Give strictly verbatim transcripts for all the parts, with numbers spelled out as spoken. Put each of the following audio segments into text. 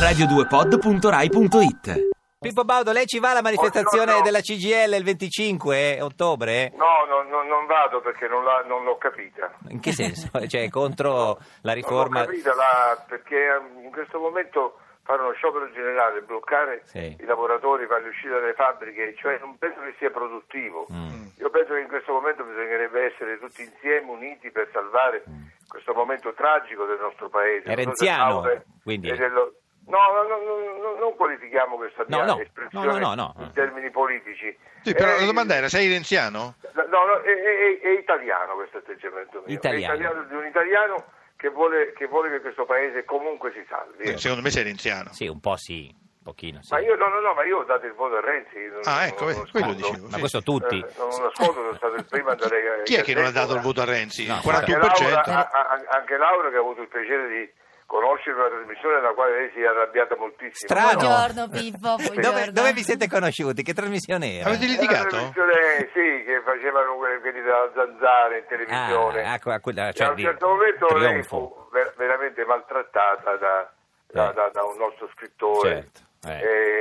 radio due pod punto rai punto it. Pippo Baudo, lei ci va alla manifestazione Buongiorno. della C G I L il venticinque ottobre? No, no, no, non vado perché non, la, non l'ho capita. In che senso? Cioè, contro la riforma? Non l'ho capita la, perché in questo momento fare uno sciopero generale, bloccare Sì. i lavoratori, farli uscire dalle fabbriche, cioè non penso che sia produttivo. Mm. Io penso che in questo momento bisognerebbe essere tutti insieme, uniti per salvare questo momento tragico del nostro paese. È Non so se renziano, Paolo è- quindi? è dello- No, no, no, no, no, non qualifichiamo questa mia No, no, espressione no, no, no, no. in termini politici. Sì, però Eh, la domanda era, sei renziano? No, no, è, è- è italiano questo atteggiamento mio. Italiano. È italiano di un italiano che vuole, che vuole che questo paese comunque si salvi. Eh, ecco. secondo me sei renziano. Sì, un po' sì, un pochino sì. Ma io no, no, no, ma io ho dato il voto a Renzi. non- Ah, non- ecco, non vedi, quello nascondo. dicevo. Ma sì. questo tutti. Eh, non nascondo, sono stato il primo ad andare ai Chi è che non ha cassetti, dato il ma- voto a Renzi? No, Il Anche quarantuno per cento? Laura, a- a- anche Laura che ha avuto il piacere di conoscere una trasmissione nella quale lei si è arrabbiata moltissimo. Strano. Buongiorno Pippo, buongiorno. Dove, dove vi siete conosciuti? Che trasmissione era? Avete Era una litigato? trasmissione, sì, che facevano quelli, quelli della Zanzara in televisione. Ah, ecco, a quella- E cioè a un di certo momento lei Trionfo. fu ver- veramente maltrattata da, da- Eh. da- da un nostro scrittore. Certo, eh.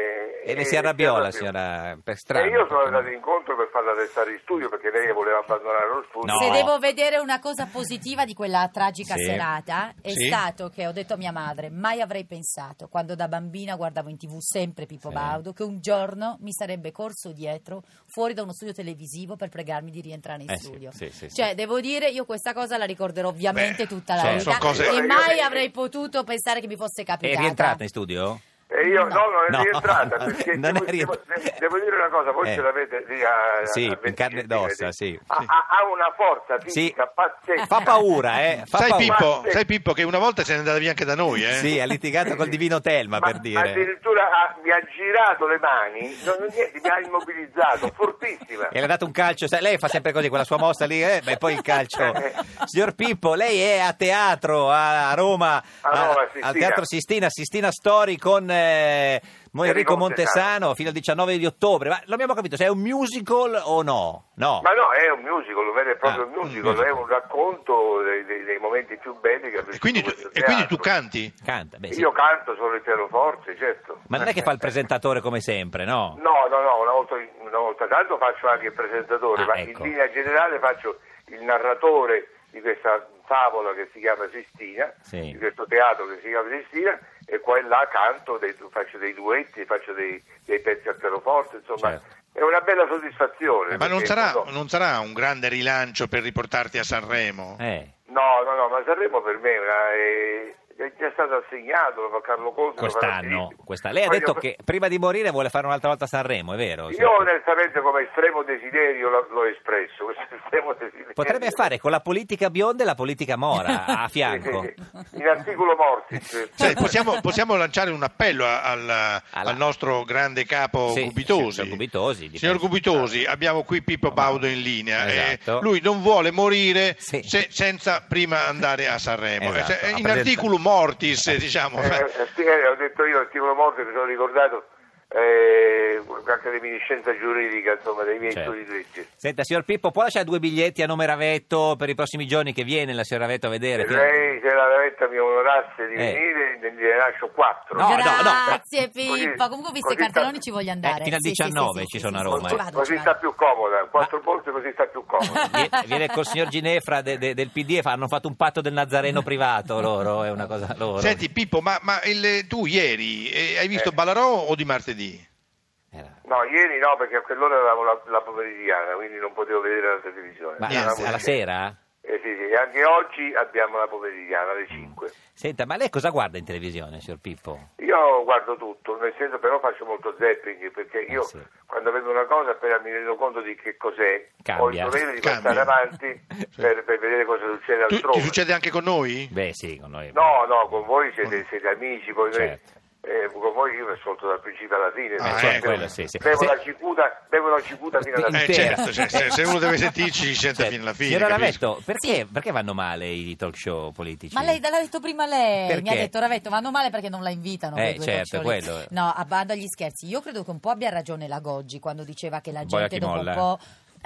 E, E ne si e- arrabbiò e- la signora per strada. E io sono perché- andato incontro per farla restare in studio perché lei voleva abbandonare lo studio. No. Se devo vedere una cosa positiva di quella tragica Sì. serata è Sì. stato che ho detto a mia madre, mai avrei pensato, quando da bambina guardavo in tv sempre Pippo Sì. Baudo, che un giorno mi sarebbe corso dietro fuori da uno studio televisivo per pregarmi di rientrare in Eh, sì, studio. sì, sì, sì. Cioè, devo dire, io questa cosa la ricorderò ovviamente Beh, tutta la certo. vita sono cose- e mai avrei potuto pensare che mi fosse È capitata. rientrata in studio? E io no, non è No, rientrata no, perché non devo, è rientrata. devo- devo dire una cosa, voi Eh. ce l'avete lì a, Sì, a in venti carne ed ossa, centimetri. sì. Ha, ha- ha una forza Sì. fisica pazzesca. Fa paura, eh? Fa Sai paura. Pippo, Ma- sai Pippo che una volta se n'è andata via anche da noi, eh? Sì, ha litigato col divino Telma, Ma per dire. addirittura ha- mi ha girato le mani, non, non niente, mi ha immobilizzato, fortissima. E le ha dato un calcio, sai, lei fa sempre così, quella sua mossa lì, eh, beh, poi il calcio. Signor Pippo, lei è a teatro a Roma, A Roma, Sistina. al Teatro Sistina, Sistina Story con eh, Mo- Enrico Enrico Montesano. Montesano fino al diciannove di ottobre. Ma lo abbiamo capito, se è un musical o no? No. Ma no, è un musical, un vero e proprio Ah, musical, un musical. è un racconto dei, dei- dei momenti più belli che ha E vissuto quindi, tu, questo e quindi tu teatro. canti? Canta, beh, sì. Io canto solo il pianoforte, certo. Ma non è che fa il presentatore come sempre, no? No, no, no, una volta, una volta tanto faccio anche il presentatore, Ah, ma ecco. in linea generale faccio il narratore di questa favola che si chiama Sistina, Sì. di questo teatro che si chiama Sistina, e qua e là canto, dei- faccio dei duetti, faccio dei, dei pezzi al pianoforte, insomma, Certo. è una bella soddisfazione. Ma non perché, sarà, no, non sarà un grande rilancio per riportarti a Sanremo? Eh. no, no, no, ma Sanremo per me è, una- è- è già stato assegnato, lo fa Carlo Conte. lo fa Quest'anno, Filippo. questa- lei ha Poi detto io- che prima di morire vuole fare un'altra volta Sanremo, è vero? Io onestamente come estremo desiderio l'ho, l'ho espresso, questo estremo desiderio. Potrebbe fare con la politica bionda e la politica mora a fianco. Sì, sì, sì. In articolo mortis. Sai, possiamo, possiamo lanciare un appello a- al, Alla- al nostro grande capo Sì, Gubitosi. signor Gubitosi, dipende. Signor Gubitosi, abbiamo qui Pippo Baudo in linea. Esatto. e lui non vuole morire Sì. se- senza prima andare a Sanremo. Esatto, Cioè, a in presenta- articolo mortis, diciamo. Eh, eh, sì, eh, ho detto io articolo mortis, mi sono ricordato eh, anche reminiscenza giuridica, insomma, dei miei Certo. studi dritti. Senta, signor Pippo, può lasciare due biglietti a nome Ravetto per i prossimi giorni che viene la signora Ravetto a vedere? Se lei, se la Lavetta mi onorasse di Eh. venire, ne- gliene lascio quattro. No, no, no. Grazie Così- Pippo, comunque visto i così cartelloni sta- ci voglio andare. Eh, fino al Sì, sì, diciannove sì, ci sì, sono sì, a sì, Roma, ci eh. vado, Così ci sta vado. più comoda, quattro posti così sta più comoda. Viene, viene col signor Ginefra de- de- del P D e fa- hanno fatto un patto del Nazareno privato loro, è una cosa loro. Senti Pippo, ma, ma il- tu ieri eh, hai visto Eh. Ballarò o Di martedì? Era- No, ieri no, perché a quell'ora avevamo la, la pomeridiana, quindi non potevo vedere la televisione. Ma Niente. alla, alla sera? Eh sì, sì, e anche oggi abbiamo la pomeridiana alle cinque. Senta, ma lei cosa guarda in televisione, signor Pippo? Io guardo tutto, nel senso però faccio molto zapping, perché io Eh sì. quando vedo una cosa appena mi rendo conto di che cos'è, Cambia. ho il dovere di Cambia. passare avanti per, per vedere cosa succede Tu- altrove. ti succede anche con noi? Beh sì, con noi. No, no, con voi siete, siete amici, poi noi- Certo. eh, con voi io mi ascolto dal principio alla fine. Ah, nel eh, senso, quello sì, sì. Bevo, Se- la cicuta, bevo la cicuta fino alla Eh, fine. Intera. certo, cioè, se, se uno deve sentirci ci sente Certo. fino alla fine. Signora capisco. Ravetto, perché, perché vanno male i talk show politici? Ma lei l'ha detto prima lei, Perché? mi ha detto Ravetto, vanno male perché non la invitano. Eh, quei due certo, talk show lì. quello. No, a bando agli scherzi, io credo che un po' abbia ragione la Goggi quando diceva che la Boia gente chi dopo molla. un po'...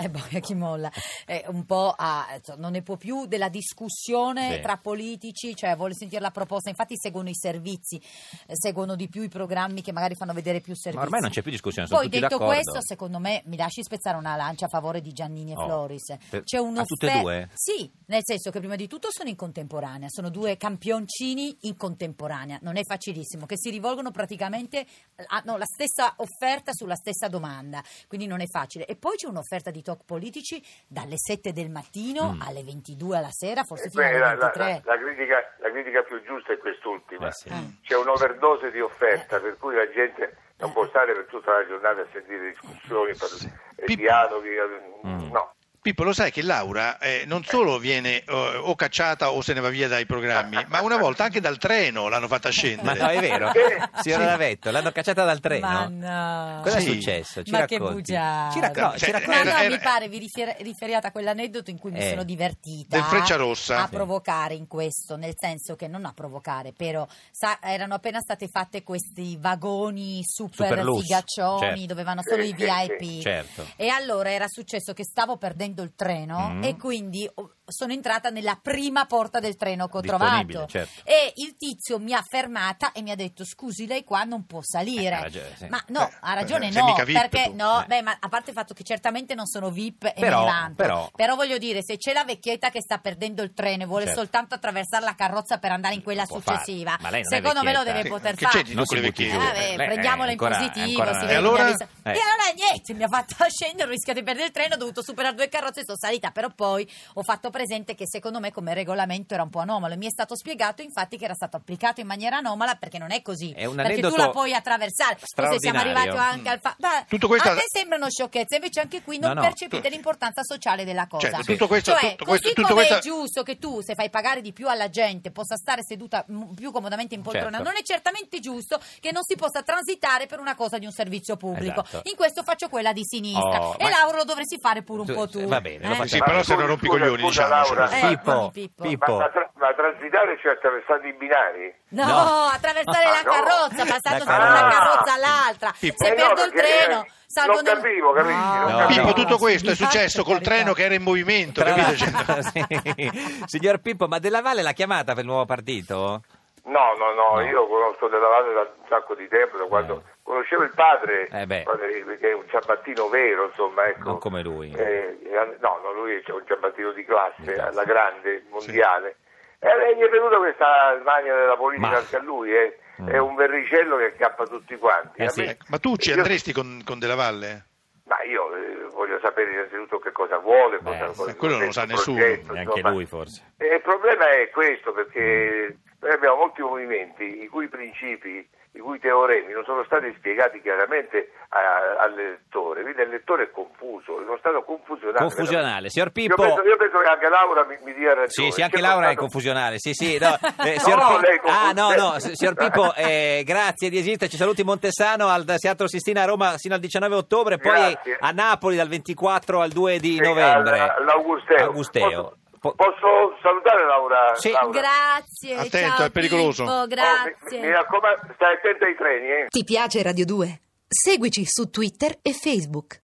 Eh, boh, chi molla eh, un po' a, cioè, non ne può più della discussione Sì. tra politici, cioè vuole sentire la proposta, infatti seguono i servizi, eh, seguono di più i programmi che magari fanno vedere più servizi. Ma ormai non c'è più discussione, sono Poi tutti detto d'accordo. questo, secondo me mi lasci spezzare una lancia a favore di Giannini e Oh. Floris. Per- C'è a un'offer- tutte e due? Sì, nel senso che prima di tutto sono in contemporanea, sono due campioncini in contemporanea, non è facilissimo, che si rivolgono praticamente, hanno la stessa offerta sulla stessa domanda, quindi non è facile. E poi c'è un'offerta di talk politici dalle sette del mattino Mm. alle ventidue alla sera, forse Eh, fino beh, alle la, la- ventitré. la critica, la critica più giusta è quest'ultima. Eh, sì. C'è un'overdose di offerta, per cui la gente non può stare per tutta la giornata a sentire discussioni, per, e Pippo. dialoghi. eh, Mm. No. Pippo, lo sai che Laura eh, non solo viene eh, o cacciata o se ne va via dai programmi, ma una volta anche dal treno l'hanno fatta Ma scendere. no, è vero, Sì. signora D'Avetto, l'hanno cacciata dal treno. Ma no. Cosa è Sì. successo? Ci Ma che racconti? bugiardo. Ci, racco- no, Cioè, ci racconti? Ma Era- no, era- mi pare vi rifer- riferiate a quell'aneddoto in cui mi Eh. sono divertita Del Frecciarossa. a Sì. provocare in questo, nel senso che non a provocare, però sa- erano appena state fatte questi vagoni super, Super lusso, figaccioni, certo. dovevano solo Sì, i sì, V I P. sì. Certo. E allora era successo che stavo perdendo il treno Mm. e quindi oh, sono entrata nella prima porta del treno che ho Disponibile, trovato certo. e il tizio mi ha fermata e mi ha detto scusi, lei qua non può salire. Eh, ha ragione, sì. Ma no, Eh, ha ragione, sei no, mica V I P perché tu. no, Eh. beh, ma a parte il fatto che certamente non sono V I P e Però- mi vanto, però- voglio dire, se c'è la vecchietta che sta perdendo il treno e vuole Certo. soltanto attraversare la carrozza per andare in quella Lo può successiva, fare. Ma lei non è secondo me lo vecchietta. deve Sì, poter che fare. c'è di Non con le si butti vecchie? giù. Vabbè, Lei è prendiamola in ancora- positivo, ancora- si E vede allora? che ha visto- Eh. E allora niente, mi ha fatta scendere, ho rischiato di perdere il treno, ho dovuto superare due carrozze e sono salita, però poi ho fatto presente che secondo me come regolamento era un po' anomalo. Mi è stato spiegato infatti che era stato applicato in maniera anomala perché non è così, È un perché tu aneddoto la puoi attraversare. Forse siamo straordinario. arrivati anche al fa- Beh, Tutto questo- a te sembrano sciocchezze, invece anche qui non No, no. percepite l'importanza sociale della cosa. Certo, tutto questo- Cioè, tutto così questo- tutto come questo- è giusto che tu, se fai pagare di più alla gente, possa stare seduta m- più comodamente in poltrona, Certo. non è certamente giusto che non si possa transitare per una cosa di un servizio pubblico. Esatto. In questo faccio quella di sinistra Oh, e ma- Laura lo dovresti fare pure un Tu- po' tu. va bene, lo eh? facciamo. Sì, però se non rompi i coglioni, Scusa, diciamocelo. Laura. Eh, Pippo, dimmi, Pippo. Pippo. Ma, ma, tra- ma transitare cioè attraversando i binari? No, No. attraversare Ah, la no. carrozza, passando La da una carrozza. carrozza all'altra. Pippo. Se Eh, no, perdo il perché, treno, eh, salgo non nel- capivo, capisci? Non No, capivo. Pippo, no. tutto questo è Sì, successo col carità. treno che era in movimento, Tra capite? Cioè, l'altro, sì. Signor Pippo, ma Della Valle l'ha chiamata per il nuovo partito? No, no, no, No. io conosco Della Valle da un sacco di tempo, da quando conoscevo il padre, Eh beh. padre, che è un ciabattino vero, insomma, ecco. Non come lui. Eh, no, no, lui è un ciabattino di classe, Di classe. alla grande, mondiale. E lei gli è venuta questa mania della politica Ma- anche a lui, eh. Mm. È un verricello che accappa tutti quanti. Eh A sì. me- ecco, ma tu ci io- andresti con, con Della Valle? Ma io eh, voglio sapere innanzitutto che cosa vuole, Beh, cosa, sì, cosa quello non lo il sa progetto, nessuno, Neanche insomma. lui forse. E il problema è questo, perché noi abbiamo molti movimenti i cui principi, i cui teoremi non sono stati spiegati chiaramente a- all'elettore, quindi il lettore è confuso, è uno stato confusionale. Confusionale. Signor Io Pippo... penso, io penso che anche Laura mi, mi dia ragione. Sì, sì, anche C'è Laura è stato- confusionale. Sì, sì, no. Eh, signor No, Pi- lei è Ah, no, no, confuso. signor Pippo, eh, grazie di esistere. Ci saluti Montesano al Teatro Sistina a Roma sino al diciannove ottobre, poi Grazie. a Napoli dal ventiquattro al due di Sì, novembre. all- all'Augusteo. Augusteo. Posso, posso salutare Laura? Sì. Laura? Grazie, Attento, ciao è pericoloso. Pippo, Oh, grazie. mi, mi raccomando, stai attento ai treni, eh? Ti piace Radio due? Seguici su Twitter e Facebook.